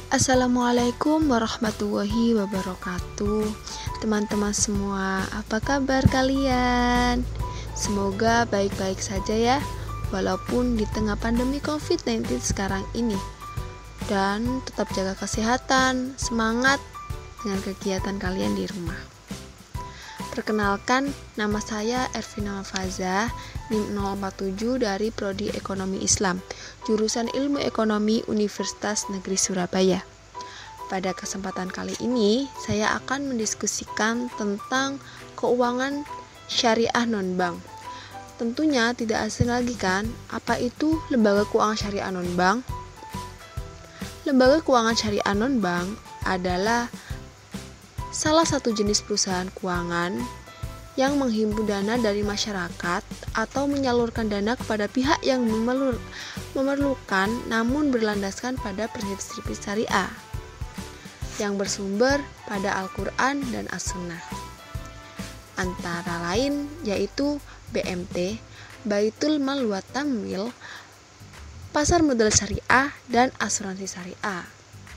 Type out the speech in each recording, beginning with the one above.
Assalamualaikum warahmatullahi wabarakatuh. Teman-teman semua, apa kabar kalian? Semoga baik-baik saja ya, walaupun di tengah pandemi COVID-19 sekarang ini. Dan tetap jaga kesehatan, semangat dengan kegiatan kalian di rumah. Perkenalkan, nama saya Ervina Mafaza, NIM 047 dari Prodi Ekonomi Islam, jurusan Ilmu Ekonomi Universitas Negeri Surabaya. Pada kesempatan kali ini, saya akan mendiskusikan tentang keuangan syariah non-bank. Tentunya tidak asing lagi kan, apa itu lembaga keuangan syariah non-bank? Lembaga keuangan syariah non-bank adalah salah satu jenis perusahaan keuangan yang menghimpun dana dari masyarakat atau menyalurkan dana kepada pihak yang memerlukan namun berlandaskan pada prinsip syariah yang bersumber pada Al-Quran dan As-Sunnah. Antara lain yaitu BMT, Baitul Mal wa Tamwil, pasar modal syariah, dan asuransi syariah.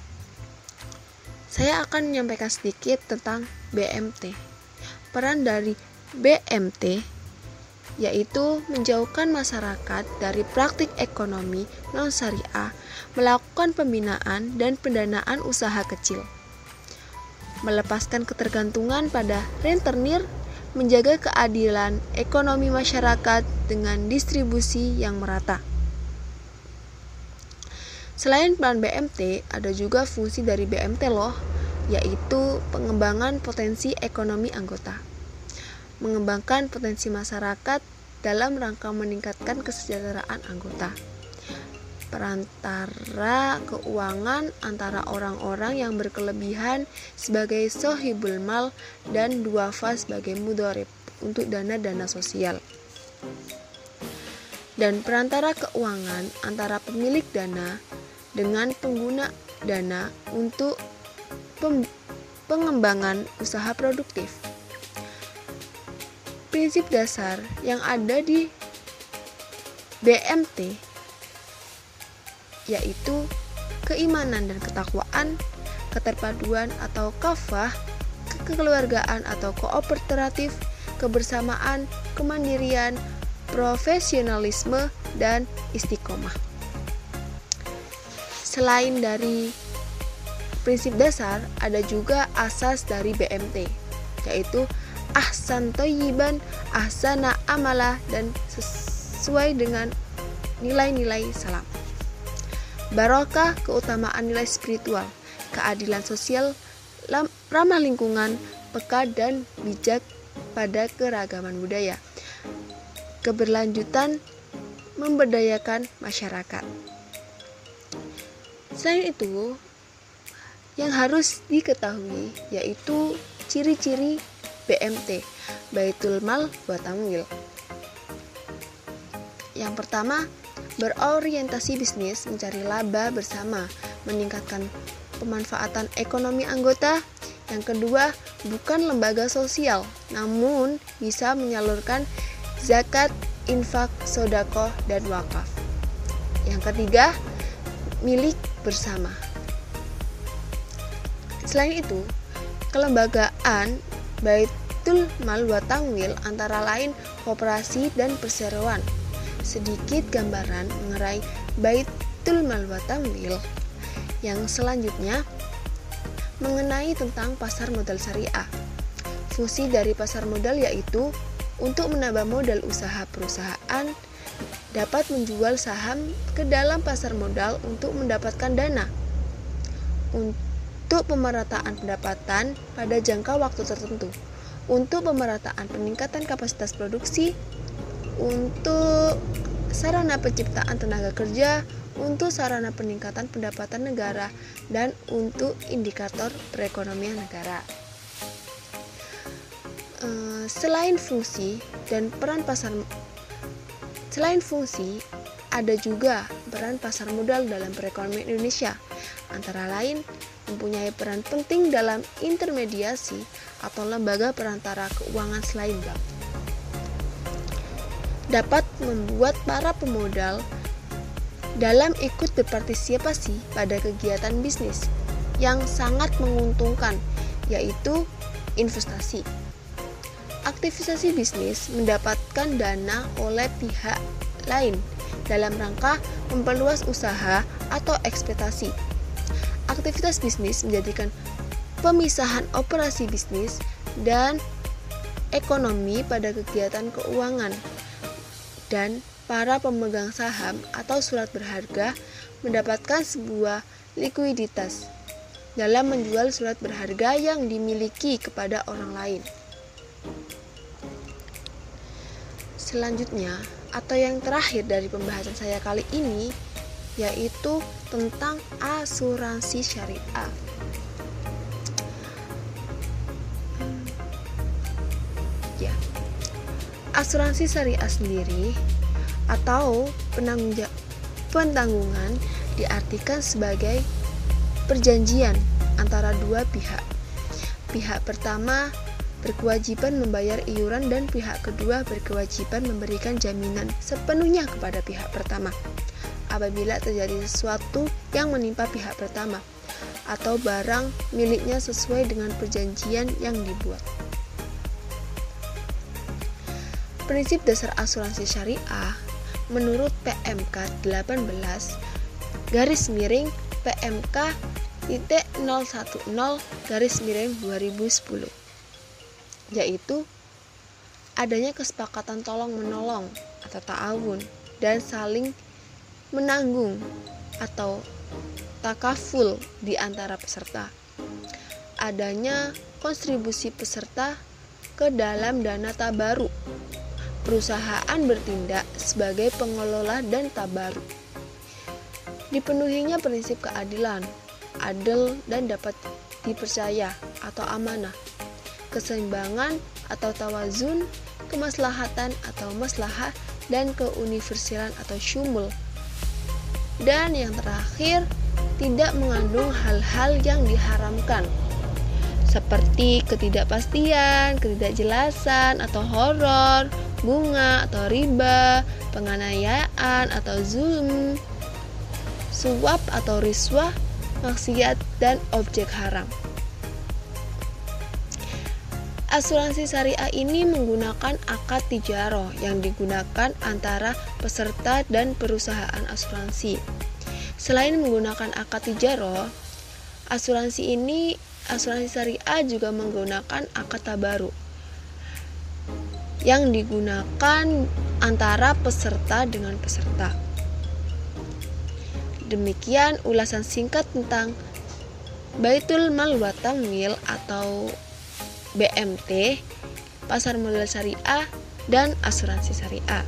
Saya akan menyampaikan sedikit tentang BMT. Peran dari BMT yaitu menjauhkan masyarakat dari praktik ekonomi non-syariah, melakukan pembinaan dan pendanaan usaha kecil, melepaskan ketergantungan pada rentenir, menjaga keadilan ekonomi masyarakat dengan distribusi yang merata. Selain peran BMT, ada juga fungsi dari BMT loh, yaitu pengembangan potensi ekonomi anggota. Mengembangkan potensi masyarakat dalam rangka meningkatkan kesejahteraan anggota. Perantara keuangan antara orang-orang yang berkelebihan sebagai sohibul mal dan duafa sebagai mudharib untuk dana-dana sosial. Dan perantara keuangan antara pemilik dana dengan pengguna dana untuk pengembangan usaha produktif. Prinsip dasar yang ada di BMT yaitu keimanan dan ketakwaan, keterpaduan atau kafah, kekeluargaan atau kooperatif, kebersamaan, kemandirian, profesionalisme, dan istiqomah. Selain dari prinsip dasar, ada juga asas dari BMT, yaitu ahsan thayyiban, ahsana amalah, dan sesuai dengan nilai-nilai salam. Barokah, keutamaan nilai spiritual, keadilan sosial, ramah lingkungan, peka dan bijak pada keragaman budaya, keberlanjutan, memberdayakan masyarakat. Selain itu, yang harus diketahui yaitu ciri-ciri BMT, Baitul Mal wa Tamwil. Yang pertama, berorientasi bisnis, mencari laba bersama, meningkatkan pemanfaatan ekonomi anggota. Yang kedua, bukan lembaga sosial, namun bisa menyalurkan zakat, infak, sedekah, dan wakaf. Yang ketiga, milik bersama. Selain itu, kelembagaan Baitul Mal wa Tamwil antara lain koperasi dan perseroan. Sedikit gambaran mengenai Baitul Mal wa Tamwil. Yang selanjutnya mengenai tentang pasar modal syariah. Fungsi dari pasar modal yaitu untuk menambah modal usaha perusahaan, dapat menjual saham ke dalam pasar modal untuk mendapatkan dana, untuk pemerataan pendapatan pada jangka waktu tertentu, untuk pemerataan peningkatan kapasitas produksi, untuk sarana penciptaan tenaga kerja, untuk sarana peningkatan pendapatan negara, dan untuk indikator perekonomian negara. Selain fungsi, ada juga peran pasar modal dalam perekonomian Indonesia. Antara lain, mempunyai peran penting dalam intermediasi atau lembaga perantara keuangan selain bank. Dapat membuat para pemodal dalam ikut berpartisipasi pada kegiatan bisnis yang sangat menguntungkan, yaitu investasi. Aktivitas bisnis mendapatkan dana oleh pihak lain dalam rangka memperluas usaha atau ekspektasi. Aktivitas bisnis menjadikan pemisahan operasi bisnis dan ekonomi pada kegiatan keuangan, dan para pemegang saham atau surat berharga mendapatkan sebuah likuiditas dalam menjual surat berharga yang dimiliki kepada orang lain. Selanjutnya, atau yang terakhir dari pembahasan saya kali ini, yaitu tentang asuransi syariah. Asuransi syariah sendiri atau pentanggungan diartikan sebagai perjanjian antara dua pihak. Pihak pertama berkewajiban membayar iuran dan pihak kedua berkewajiban memberikan jaminan sepenuhnya kepada pihak pertama apabila terjadi sesuatu yang menimpa pihak pertama atau barang miliknya sesuai dengan perjanjian yang dibuat. Prinsip dasar asuransi syariah menurut PMK 18 PMK 010/2010, yaitu adanya kesepakatan tolong-menolong atau ta'awun dan saling menanggung atau takaful di antara peserta. Adanya kontribusi peserta ke dalam dana tabaruk. Perusahaan bertindak sebagai pengelola dan tabaruk. Dipenuhinya prinsip keadilan, adil dan dapat dipercaya atau amanah, keseimbangan atau tawazun, kemaslahatan atau maslahah, dan keuniversalan atau syumul. Dan yang terakhir, tidak mengandung hal-hal yang diharamkan seperti ketidakpastian, ketidakjelasan atau horor, bunga atau riba, penganiayaan atau zulm, suap atau riswah, maksiat dan objek haram. Asuransi syariah ini menggunakan akad tijaroh yang digunakan antara peserta dan perusahaan asuransi. Selain menggunakan akad tijaroh, asuransi syariah juga menggunakan akad tabaruk yang digunakan antara peserta dengan peserta. Demikian ulasan singkat tentang Baitul Mal wa Tamwil atau BMT, pasar modal syariah, dan asuransi syariah.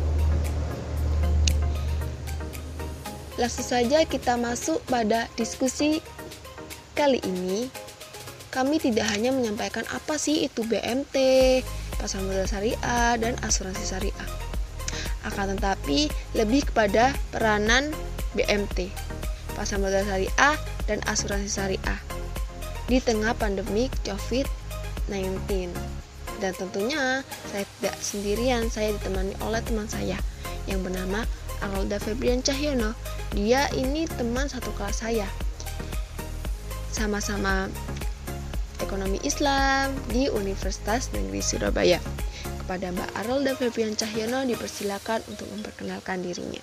Langsung saja kita masuk pada diskusi kali ini. Kami tidak hanya menyampaikan apa sih itu BMT, pasar modal syariah, dan asuransi syariah. Akan tetapi lebih kepada peranan BMT, pasar modal syariah, dan asuransi syariah di tengah pandemi COVID-19. Dan tentunya saya tidak sendirian, saya ditemani oleh teman saya yang bernama Arolda Febrian Cahyono. Dia ini teman satu kelas saya. Sama-sama Ekonomi Islam di Universitas Negeri Surabaya. Kepada Mbak Arolda Febrian Cahyono dipersilakan untuk memperkenalkan dirinya.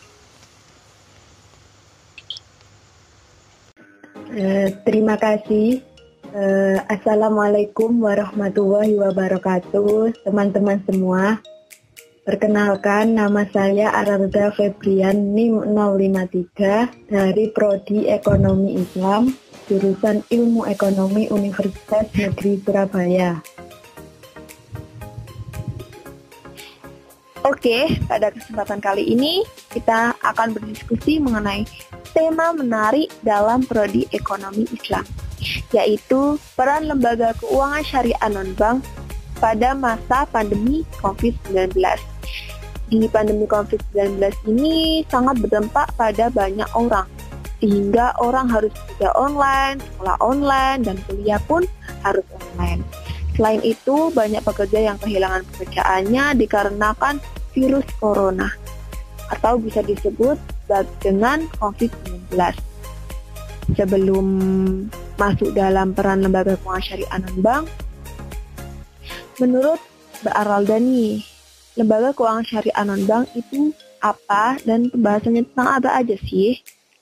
Terima kasih. Assalamualaikum warahmatullahi wabarakatuh, teman-teman semua. Perkenalkan, nama saya Arolda Febrian, NIM 053 dari Prodi Ekonomi Islam, jurusan Ilmu Ekonomi Universitas Negeri Surabaya. Oke, pada kesempatan kali ini kita akan berdiskusi mengenai tema menarik dalam Prodi Ekonomi Islam, yaitu peran lembaga keuangan syariah non-bank pada masa pandemi COVID-19. Di pandemi COVID-19 ini sangat berdampak pada banyak orang, sehingga orang harus kerja online, sekolah online, dan kuliah pun harus online. Selain itu, banyak pekerja yang kehilangan pekerjaannya dikarenakan virus corona, atau bisa disebut dengan COVID-19. Sebelum masuk dalam peran lembaga keuangan syariah non-bank, menurut Mbak Araldani, lembaga keuangan syariah non-bank itu apa dan pembahasannya tentang apa aja sih?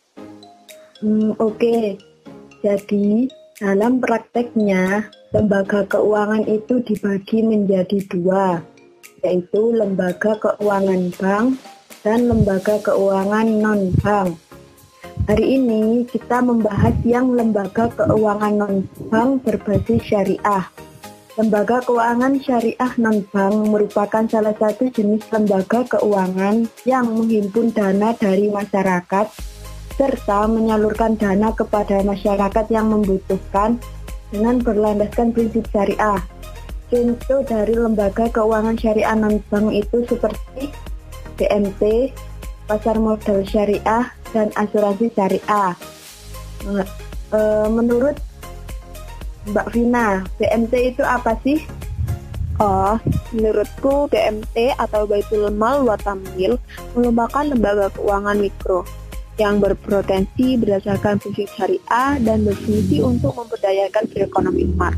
Oke. Jadi, dalam prakteknya, lembaga keuangan itu dibagi menjadi dua, yaitu lembaga keuangan bank dan lembaga keuangan non-bank. Hari ini kita membahas yang lembaga keuangan non-bank berbasis syariah. Lembaga keuangan syariah non-bank merupakan salah satu jenis lembaga keuangan yang menghimpun dana dari masyarakat serta menyalurkan dana kepada masyarakat yang membutuhkan dengan berlandaskan prinsip syariah. Contoh dari lembaga keuangan syariah non-bank itu seperti BMT, pasar modal syariah, dan asuransi syariah. Menurut Mbak Vina, BMT itu apa sih? Oh, menurutku BMT atau Baitul Mal wa Tamwil merupakan lembaga keuangan mikro yang berpotensi berdasarkan prinsip syariah dan berfungsi untuk memberdayakan perekonomian umat.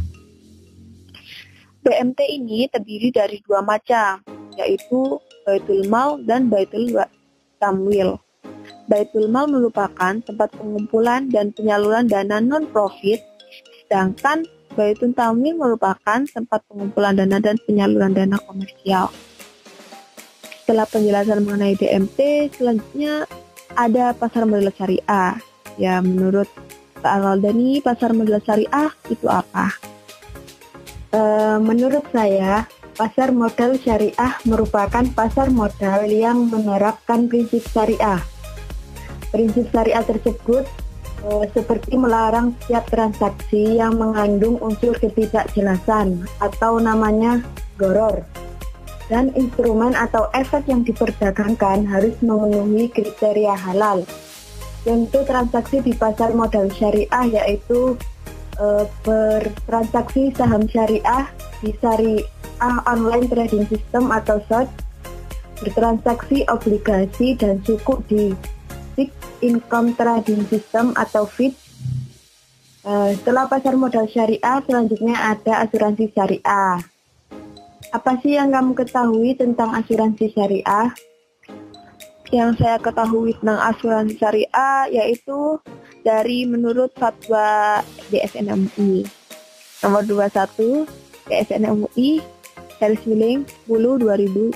BMT ini terdiri dari dua macam, yaitu Baitul Mal dan Baitul Tamwil. Baitul Mal merupakan tempat pengumpulan dan penyaluran dana non-profit, sedangkan Baitul Tamwil merupakan tempat pengumpulan dana dan penyaluran dana komersial. Setelah penjelasan mengenai BMT, selanjutnya ada pasar modal syariah. Ya, menurut Pak Araldani, pasar modal syariah itu apa? Menurut saya, pasar modal syariah merupakan pasar modal yang menerapkan prinsip syariah. Prinsip syariah tersebut seperti melarang setiap transaksi yang mengandung unsur ketidakjelasan atau namanya gharar. Dan instrumen atau efek yang diperdagangkan harus memenuhi kriteria halal. Contoh transaksi di pasar modal syariah yaitu bertransaksi saham syariah di syariah online trading system atau SOT, bertransaksi obligasi dan suku di fixed income trading system atau FIT. Setelah pasar modal syariah, selanjutnya ada asuransi syariah. Apa sih yang kamu ketahui tentang asuransi syariah? Yang saya ketahui tentang asuransi syariah yaitu dari menurut fatwa DSN MUI nomor 21 DSN MUI /10/2001.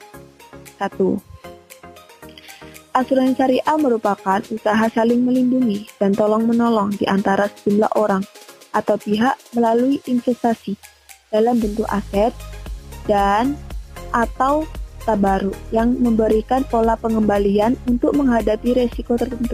Asuransi syariah merupakan usaha saling melindungi dan tolong-menolong di antara sejumlah orang atau pihak melalui investasi dalam bentuk aset dan atau tabaruk yang memberikan pola pengembalian untuk menghadapi resiko tertentu.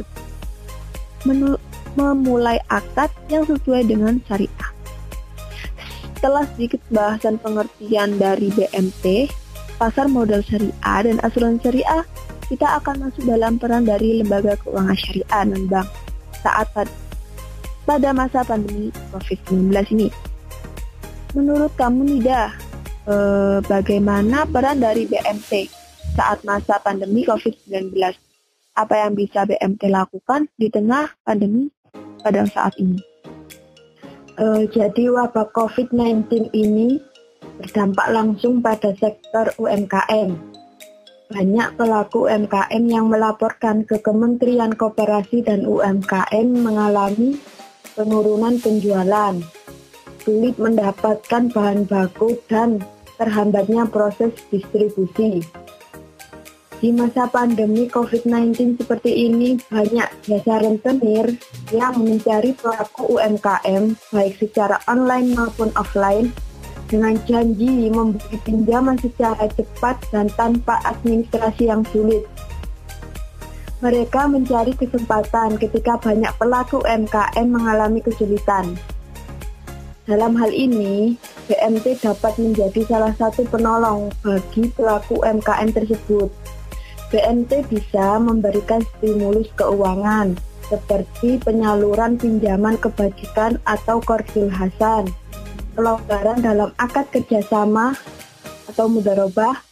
Memulai akad yang sesuai dengan syariah. Setelah sedikit bahasan pengertian dari BMT, pasar modal syariah dan asuransi syariah, kita akan masuk dalam peran dari lembaga keuangan syariah non-bank saat pada masa pandemi COVID-19 ini. Menurut kamu Nida, bagaimana peran dari BMT saat masa pandemi COVID-19? Apa yang bisa BMT lakukan di tengah pandemi pada saat ini? Jadi wabah COVID-19 ini berdampak langsung pada sektor UMKM. Banyak pelaku UMKM yang melaporkan ke Kementerian Koperasi dan UMKM mengalami penurunan penjualan, sulit mendapatkan bahan baku dan terhambatnya proses distribusi. Di masa pandemi COVID-19 seperti ini, banyak jasa rentenir yang mencari pelaku UMKM baik secara online maupun offline dengan janji memberi pinjaman secara cepat dan tanpa administrasi yang sulit. Mereka mencari kesempatan ketika banyak pelaku UMKM mengalami kesulitan. Dalam hal ini, BMT dapat menjadi salah satu penolong bagi pelaku UMKM tersebut. BMT bisa memberikan stimulus keuangan seperti penyaluran pinjaman kebajikan atau qardul hasan, kelonggaran dalam akad kerjasama atau mudharabah,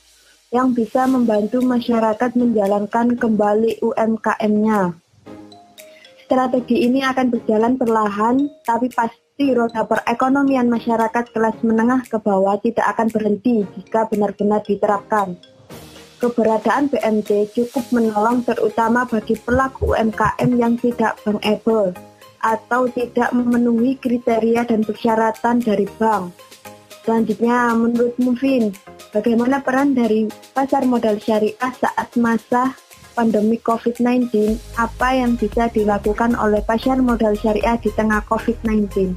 yang bisa membantu masyarakat menjalankan kembali UMKM-nya. Strategi ini akan berjalan perlahan, tapi pasti roda perekonomian masyarakat kelas menengah ke bawah tidak akan berhenti jika benar-benar diterapkan. Keberadaan BMT cukup menolong terutama bagi pelaku UMKM yang tidak bankable atau tidak memenuhi kriteria dan persyaratan dari bank. Selanjutnya, menurut Mufin, bagaimana peran dari pasar modal syariah saat masa pandemi COVID-19, apa yang bisa dilakukan oleh pasar modal syariah di tengah COVID-19?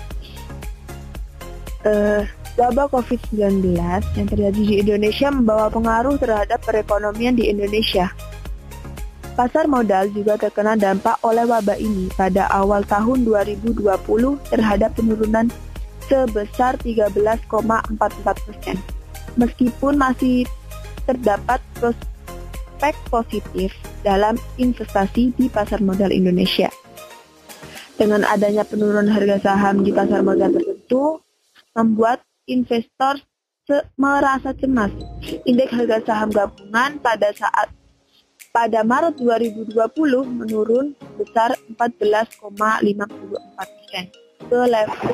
Wabah COVID-19 yang terjadi di Indonesia membawa pengaruh terhadap perekonomian di Indonesia. Pasar modal juga terkena dampak oleh wabah ini pada awal tahun 2020 terhadap penurunan sebesar 13,44%. Meskipun masih terdapat prospek positif dalam investasi di pasar modal Indonesia. Dengan adanya penurunan harga saham di pasar modal tertentu, membuat investor merasa cemas. Indeks harga saham gabungan pada Maret 2020 menurun sebesar 14,54% ke level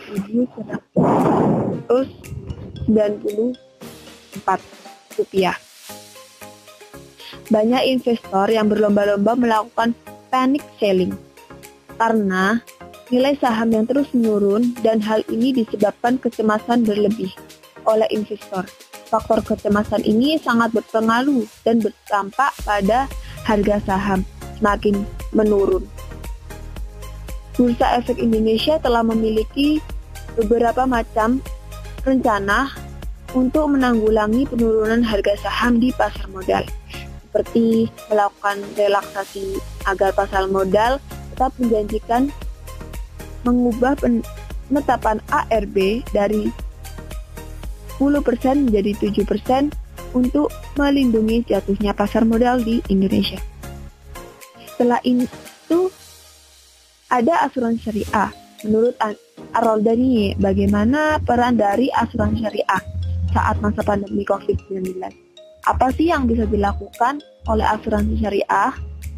4.194 rupiah. Banyak investor yang berlomba-lomba melakukan panic selling karena nilai saham yang terus menurun dan hal ini disebabkan kecemasan berlebih oleh investor. Faktor kecemasan ini sangat berpengaruh dan berdampak pada harga saham semakin menurun. Bursa Efek Indonesia telah memiliki beberapa macam rencana untuk menanggulangi penurunan harga saham di pasar modal, seperti melakukan relaksasi agar pasar modal tetap menjanjikan mengubah penetapan ARB dari 10% menjadi 7% untuk melindungi jatuhnya pasar modal di Indonesia. Setelah itu, ada asuransi syariah. Menurut Ar-Roldani, bagaimana peran dari asuransi syariah saat masa pandemi COVID-19? Apa sih yang bisa dilakukan oleh asuransi syariah?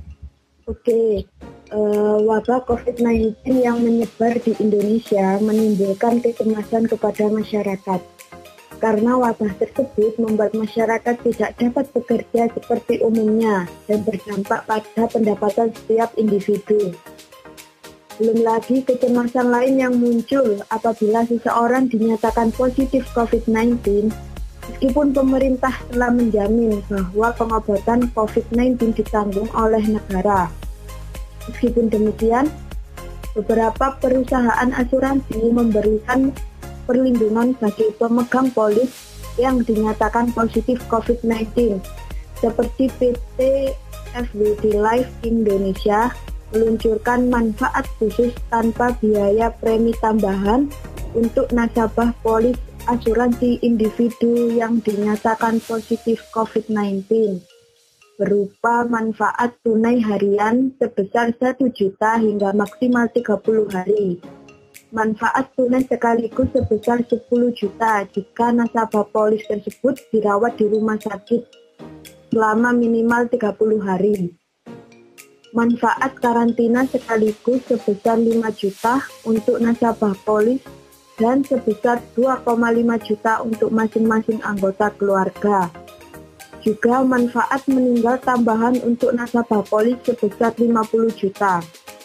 Oke, wabah COVID-19 yang menyebar di Indonesia menimbulkan kecemasan kepada masyarakat. Karena wabah tersebut membuat masyarakat tidak dapat bekerja seperti umumnya dan berdampak pada pendapatan setiap individu. Belum lagi kecemasan lain yang muncul apabila seseorang dinyatakan positif COVID-19, meskipun pemerintah telah menjamin bahwa pengobatan COVID-19 ditanggung oleh negara. Meskipun demikian, beberapa perusahaan asuransi memberikan perlindungan bagi pemegang polis yang dinyatakan positif COVID-19, seperti PT FWD Life Indonesia meluncurkan manfaat khusus tanpa biaya premi tambahan untuk nasabah polis asuransi individu yang dinyatakan positif COVID-19, berupa manfaat tunai harian sebesar 1 juta hingga maksimal 30 hari. Manfaat tunai sekaligus sebesar 10 juta jika nasabah polis tersebut dirawat di rumah sakit selama minimal 30 hari. Manfaat karantina sekaligus sebesar 5 juta untuk nasabah polis dan sebesar 2,5 juta untuk masing-masing anggota keluarga. Juga manfaat meninggal tambahan untuk nasabah polis sebesar 50 juta.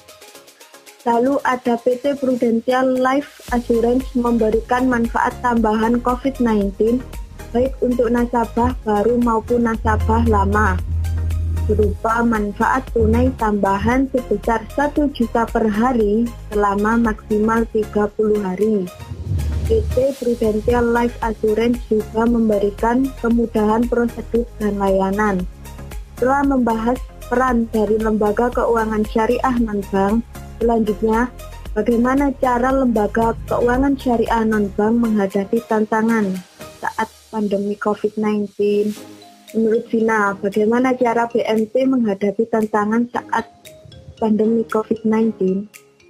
Lalu ada PT Prudential Life Assurance memberikan manfaat tambahan COVID-19 baik untuk nasabah baru maupun nasabah lama, berupa manfaat tunai tambahan sebesar 1 juta per hari selama maksimal 30 hari. PT Prudential Life Assurance juga memberikan kemudahan prosedur dan layanan. Setelah membahas peran dari lembaga keuangan syariah non-bank, selanjutnya bagaimana cara lembaga keuangan syariah non-bank menghadapi tantangan saat pandemi COVID-19? Menurut Vina, bagaimana cara BMT menghadapi tantangan saat pandemi COVID-19?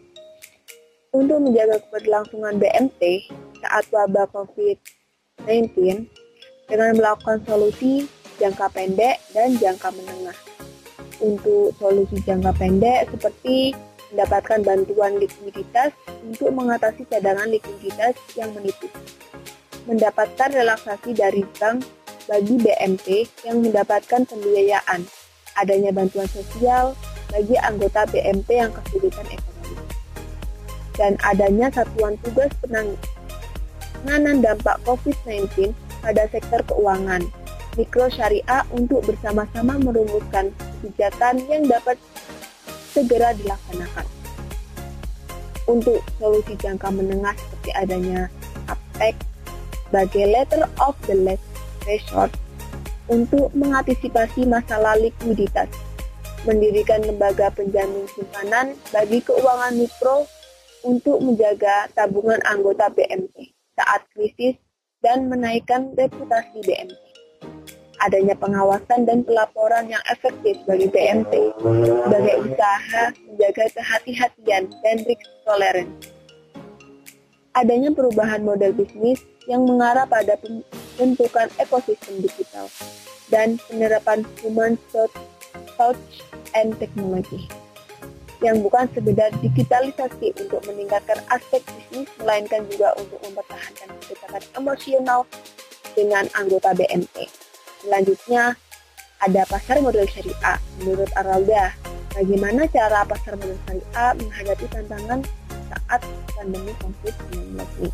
Untuk menjaga keberlangsungan BMT saat wabah COVID-19, dengan melakukan solusi jangka pendek dan jangka menengah. Untuk solusi jangka pendek seperti mendapatkan bantuan likuiditas untuk mengatasi cadangan likuiditas yang menipis, mendapatkan relaksasi dari bank bagi BMT yang mendapatkan pembiayaan, adanya bantuan sosial bagi anggota BMT yang kesulitan ekonomi, dan adanya satuan tugas penanganan dampak COVID-19 pada sektor keuangan, mikro syariah untuk bersama-sama merumuskan kebijakan yang dapat segera dilaksanakan. Untuk solusi jangka menengah seperti adanya APEC sebagai letter of the last resort untuk mengantisipasi masalah likuiditas, mendirikan lembaga penjamin simpanan bagi keuangan mikro untuk menjaga tabungan anggota BMT saat krisis dan menaikkan reputasi BMT. Adanya pengawasan dan pelaporan yang efektif bagi BMT sebagai usaha menjaga kehati-hatian dan risk tolerance. Adanya perubahan model bisnis yang mengarah pada pembentukan ekosistem digital dan penerapan human touch and technology yang bukan sekedar digitalisasi untuk meningkatkan aspek bisnis, melainkan juga untuk mempertahankan kedekatan emosional dengan anggota BMT. Selanjutnya, ada pasar model syariah. Menurut Ar-Raudah, bagaimana cara pasar model syariah menghadapi tantangan saat pandemi COVID-19 ini?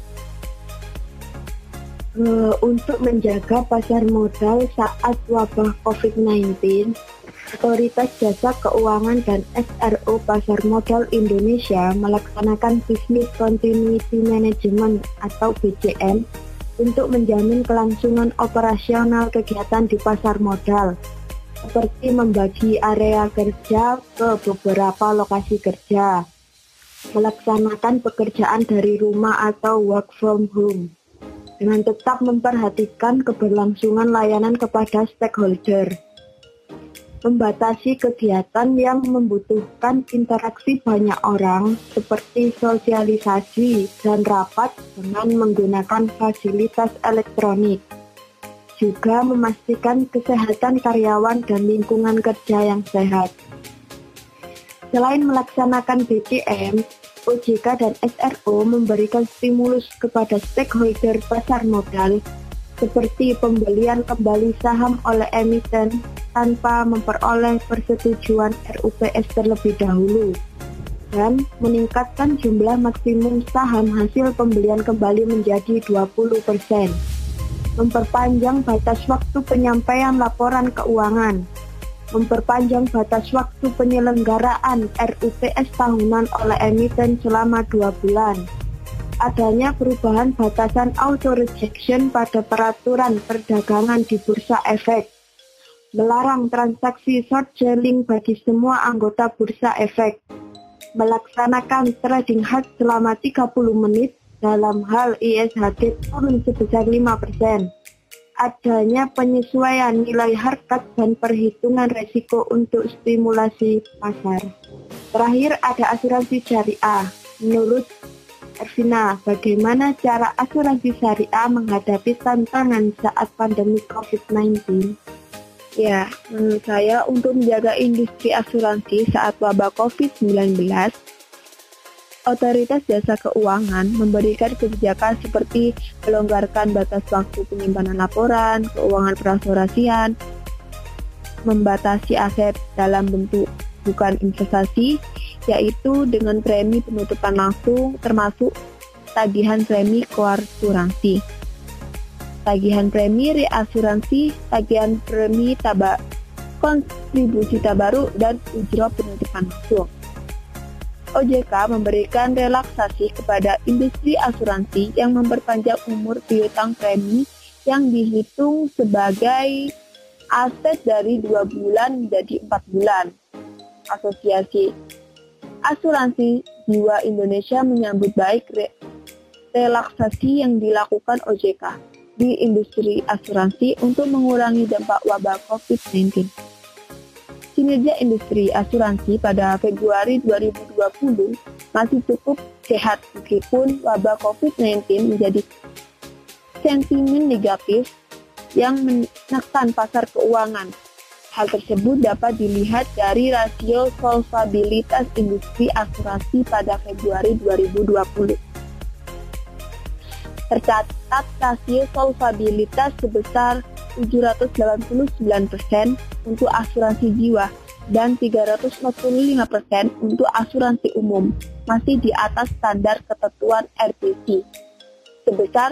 Untuk menjaga pasar modal saat wabah COVID-19, Otoritas Jasa Keuangan dan SRO Pasar Modal Indonesia melaksanakan Business Continuity Management atau BCM untuk menjamin kelangsungan operasional kegiatan di pasar modal, seperti membagi area kerja ke beberapa lokasi kerja, melaksanakan pekerjaan dari rumah atau work from home, dengan tetap memperhatikan keberlangsungan layanan kepada stakeholder, membatasi kegiatan yang membutuhkan interaksi banyak orang seperti sosialisasi dan rapat dengan menggunakan fasilitas elektronik. Juga memastikan kesehatan karyawan dan lingkungan kerja yang sehat. Selain melaksanakan BCM, OJK dan SRO memberikan stimulus kepada stakeholder pasar modal seperti pembelian kembali saham oleh emiten tanpa memperoleh persetujuan RUPS terlebih dahulu, dan meningkatkan jumlah maksimum saham hasil pembelian kembali menjadi 20%, memperpanjang batas waktu penyampaian laporan keuangan, memperpanjang batas waktu penyelenggaraan RUPS tahunan oleh emiten selama 2 bulan, adanya perubahan batasan auto rejection pada peraturan perdagangan di Bursa Efek, melarang transaksi short selling bagi semua anggota Bursa Efek, melaksanakan trading halt selama 30 menit dalam hal ISHD turun sebesar 5%, adanya penyesuaian nilai harkat dan perhitungan resiko untuk stimulasi pasar. Terakhir ada asuransi syariah. Menurut Ervina, bagaimana cara asuransi syariah menghadapi tantangan saat pandemi COVID-19? Ya, menurut saya untuk menjaga industri asuransi saat wabah COVID-19, Otoritas Jasa Keuangan memberikan kebijakan seperti melonggarkan batas waktu penyimpanan laporan, keuangan perasuransian, membatasi aset dalam bentuk bukan investasi, yaitu dengan premi penutupan langsung termasuk tagihan premi koasuransi, tagihan premi reasuransi, tagihan premi kontribusi tabaruk, dan ujro penutupan langsung. OJK memberikan relaksasi kepada industri asuransi yang memperpanjang umur piutang premi yang dihitung sebagai aset dari 2 bulan menjadi 4 bulan. Asosiasi Asuransi Jiwa Indonesia menyambut baik relaksasi yang dilakukan OJK di industri asuransi untuk mengurangi dampak wabah COVID-19. Kinerja industri asuransi pada Februari 2020 masih cukup sehat meskipun wabah COVID-19 menjadi sentimen negatif yang menekan pasar keuangan. Hal tersebut dapat dilihat dari rasio solvabilitas industri asuransi pada Februari 2020. Tercatat rasio solvabilitas sebesar 789% untuk asuransi jiwa dan 345% untuk asuransi umum, masih di atas standar ketentuan RBC sebesar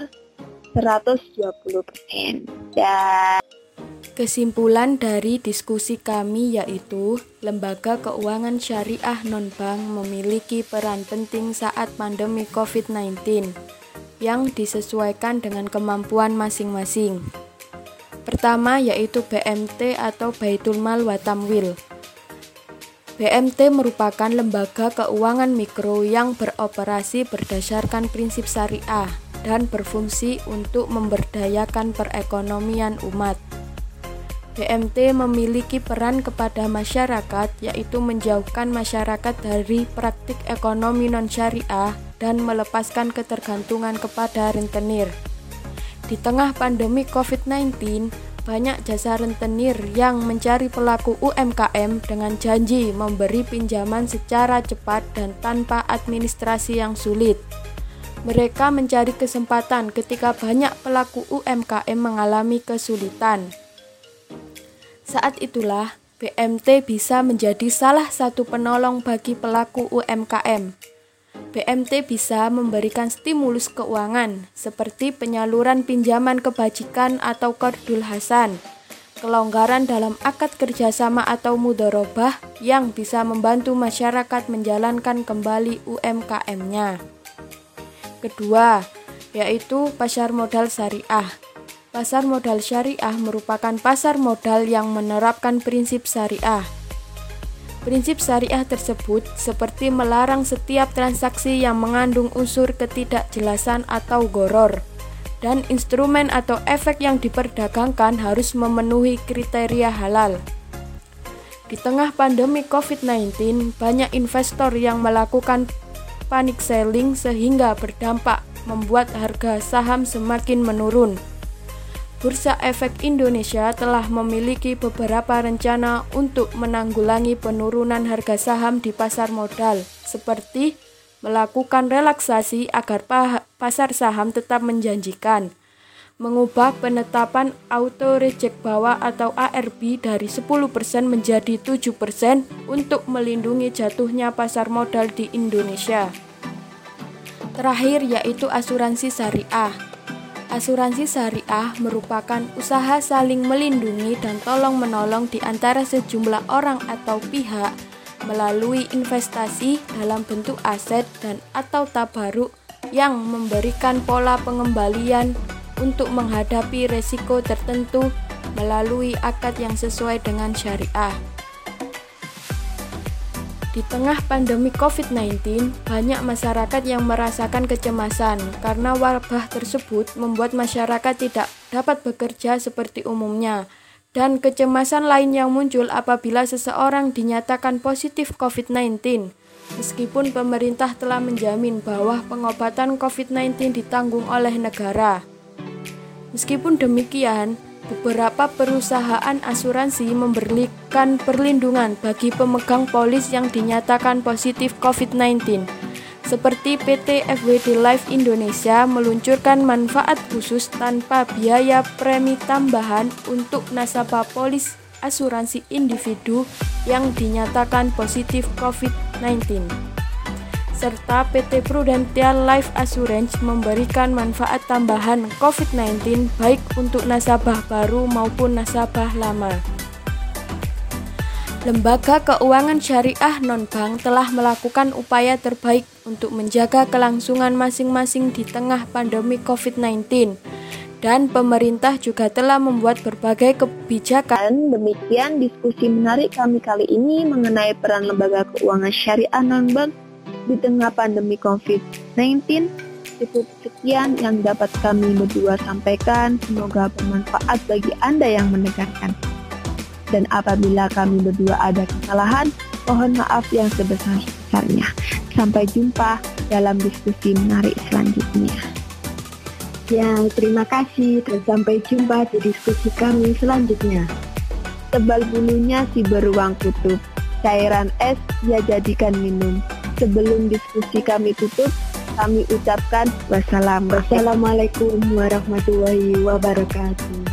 120%. Dan kesimpulan dari diskusi kami yaitu lembaga keuangan syariah non-bank memiliki peran penting saat pandemi COVID-19 yang disesuaikan dengan kemampuan masing-masing. Pertama yaitu BMT atau Baitul Mal wa Tamwil. BMT merupakan lembaga keuangan mikro yang beroperasi berdasarkan prinsip syariah dan berfungsi untuk memberdayakan perekonomian umat. BMT memiliki peran kepada masyarakat, yaitu menjauhkan masyarakat dari praktik ekonomi non-syariah dan melepaskan ketergantungan kepada rentenir. Di tengah pandemi COVID-19, banyak jasa rentenir yang mencari pelaku UMKM dengan janji memberi pinjaman secara cepat dan tanpa administrasi yang sulit. Mereka mencari kesempatan ketika banyak pelaku UMKM mengalami kesulitan. Saat itulah, BMT bisa menjadi salah satu penolong bagi pelaku UMKM. BMT bisa memberikan stimulus keuangan, seperti penyaluran pinjaman kebajikan atau qardul hasan, kelonggaran dalam akad kerjasama atau mudharabah yang bisa membantu masyarakat menjalankan kembali UMKM-nya. Kedua, yaitu pasar modal syariah. Pasar modal syariah merupakan pasar modal yang menerapkan prinsip syariah. Prinsip syariah tersebut seperti melarang setiap transaksi yang mengandung unsur ketidakjelasan atau gharar, dan instrumen atau efek yang diperdagangkan harus memenuhi kriteria halal. Di tengah pandemi COVID-19, banyak investor yang melakukan panic selling sehingga berdampak membuat harga saham semakin menurun. Bursa Efek Indonesia telah memiliki beberapa rencana untuk menanggulangi penurunan harga saham di pasar modal, seperti melakukan relaksasi agar pasar saham tetap menjanjikan, mengubah penetapan auto reject bawah atau ARB dari 10% menjadi 7% untuk melindungi jatuhnya pasar modal di Indonesia. Terakhir yaitu asuransi syariah. Asuransi syariah merupakan usaha saling melindungi dan tolong-menolong di antara sejumlah orang atau pihak melalui investasi dalam bentuk aset dan atau tabaruk yang memberikan pola pengembalian untuk menghadapi resiko tertentu melalui akad yang sesuai dengan syariah. Di tengah pandemi COVID-19, banyak masyarakat yang merasakan kecemasan karena wabah tersebut membuat masyarakat tidak dapat bekerja seperti umumnya, dan kecemasan lain yang muncul apabila seseorang dinyatakan positif COVID-19. Meskipun pemerintah telah menjamin bahwa pengobatan COVID-19 ditanggung oleh negara. Meskipun demikian, beberapa perusahaan asuransi memberikan perlindungan bagi pemegang polis yang dinyatakan positif COVID-19. Seperti PT FWD Life Indonesia meluncurkan manfaat khusus tanpa biaya premi tambahan untuk nasabah polis asuransi individu yang dinyatakan positif COVID-19. Serta PT Prudential Life Assurance memberikan manfaat tambahan COVID-19 baik untuk nasabah baru maupun nasabah lama. Lembaga keuangan syariah non-bank telah melakukan upaya terbaik untuk menjaga kelangsungan masing-masing di tengah pandemi COVID-19, dan pemerintah juga telah membuat berbagai kebijakan. Demikian diskusi menarik kami kali ini mengenai peran lembaga keuangan syariah non-bank di tengah pandemi COVID-19. Cukup sekian yang dapat kami berdua sampaikan. Semoga bermanfaat bagi Anda yang mendengarkan. Dan apabila kami berdua ada kesalahan, mohon maaf yang sebesar-besarnya. Sampai jumpa dalam diskusi menarik selanjutnya. Ya, terima kasih dan sampai jumpa di diskusi kami selanjutnya. Tebal bulunya si beruang kutub, cairan es ia jadikan minum. Sebelum diskusi kami tutup, kami ucapkan wassalam. Wassalamualaikum warahmatullahi wabarakatuh.